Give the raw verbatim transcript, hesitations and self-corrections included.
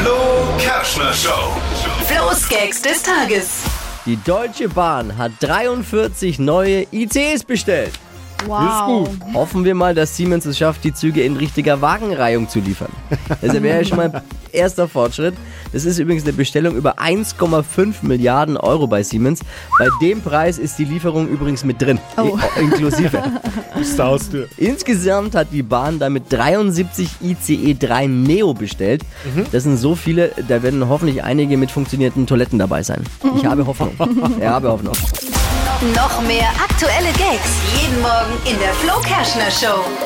Flo Kerschner Show. Flo's Gags des Tages. Die Deutsche Bahn hat dreiundvierzig neue I C Es bestellt. Wow. Hoffen wir mal, dass Siemens es schafft, die Züge in richtiger Wagenreihung zu liefern. Das wäre ja schon mal ein erster Fortschritt. Das ist übrigens eine Bestellung über eins Komma fünf Milliarden Euro bei Siemens. Bei dem Preis ist die Lieferung übrigens mit drin, Oh. I- inklusive. Bis zur Haustür. Insgesamt hat die Bahn damit dreiundsiebzig I C E drei Neo bestellt. Das sind so viele, da werden hoffentlich einige mit funktionierenden Toiletten dabei sein. Ich habe Hoffnung. Ich habe Hoffnung. Noch mehr aktuelle Gags jeden Morgen in der Flo Kerschner Show.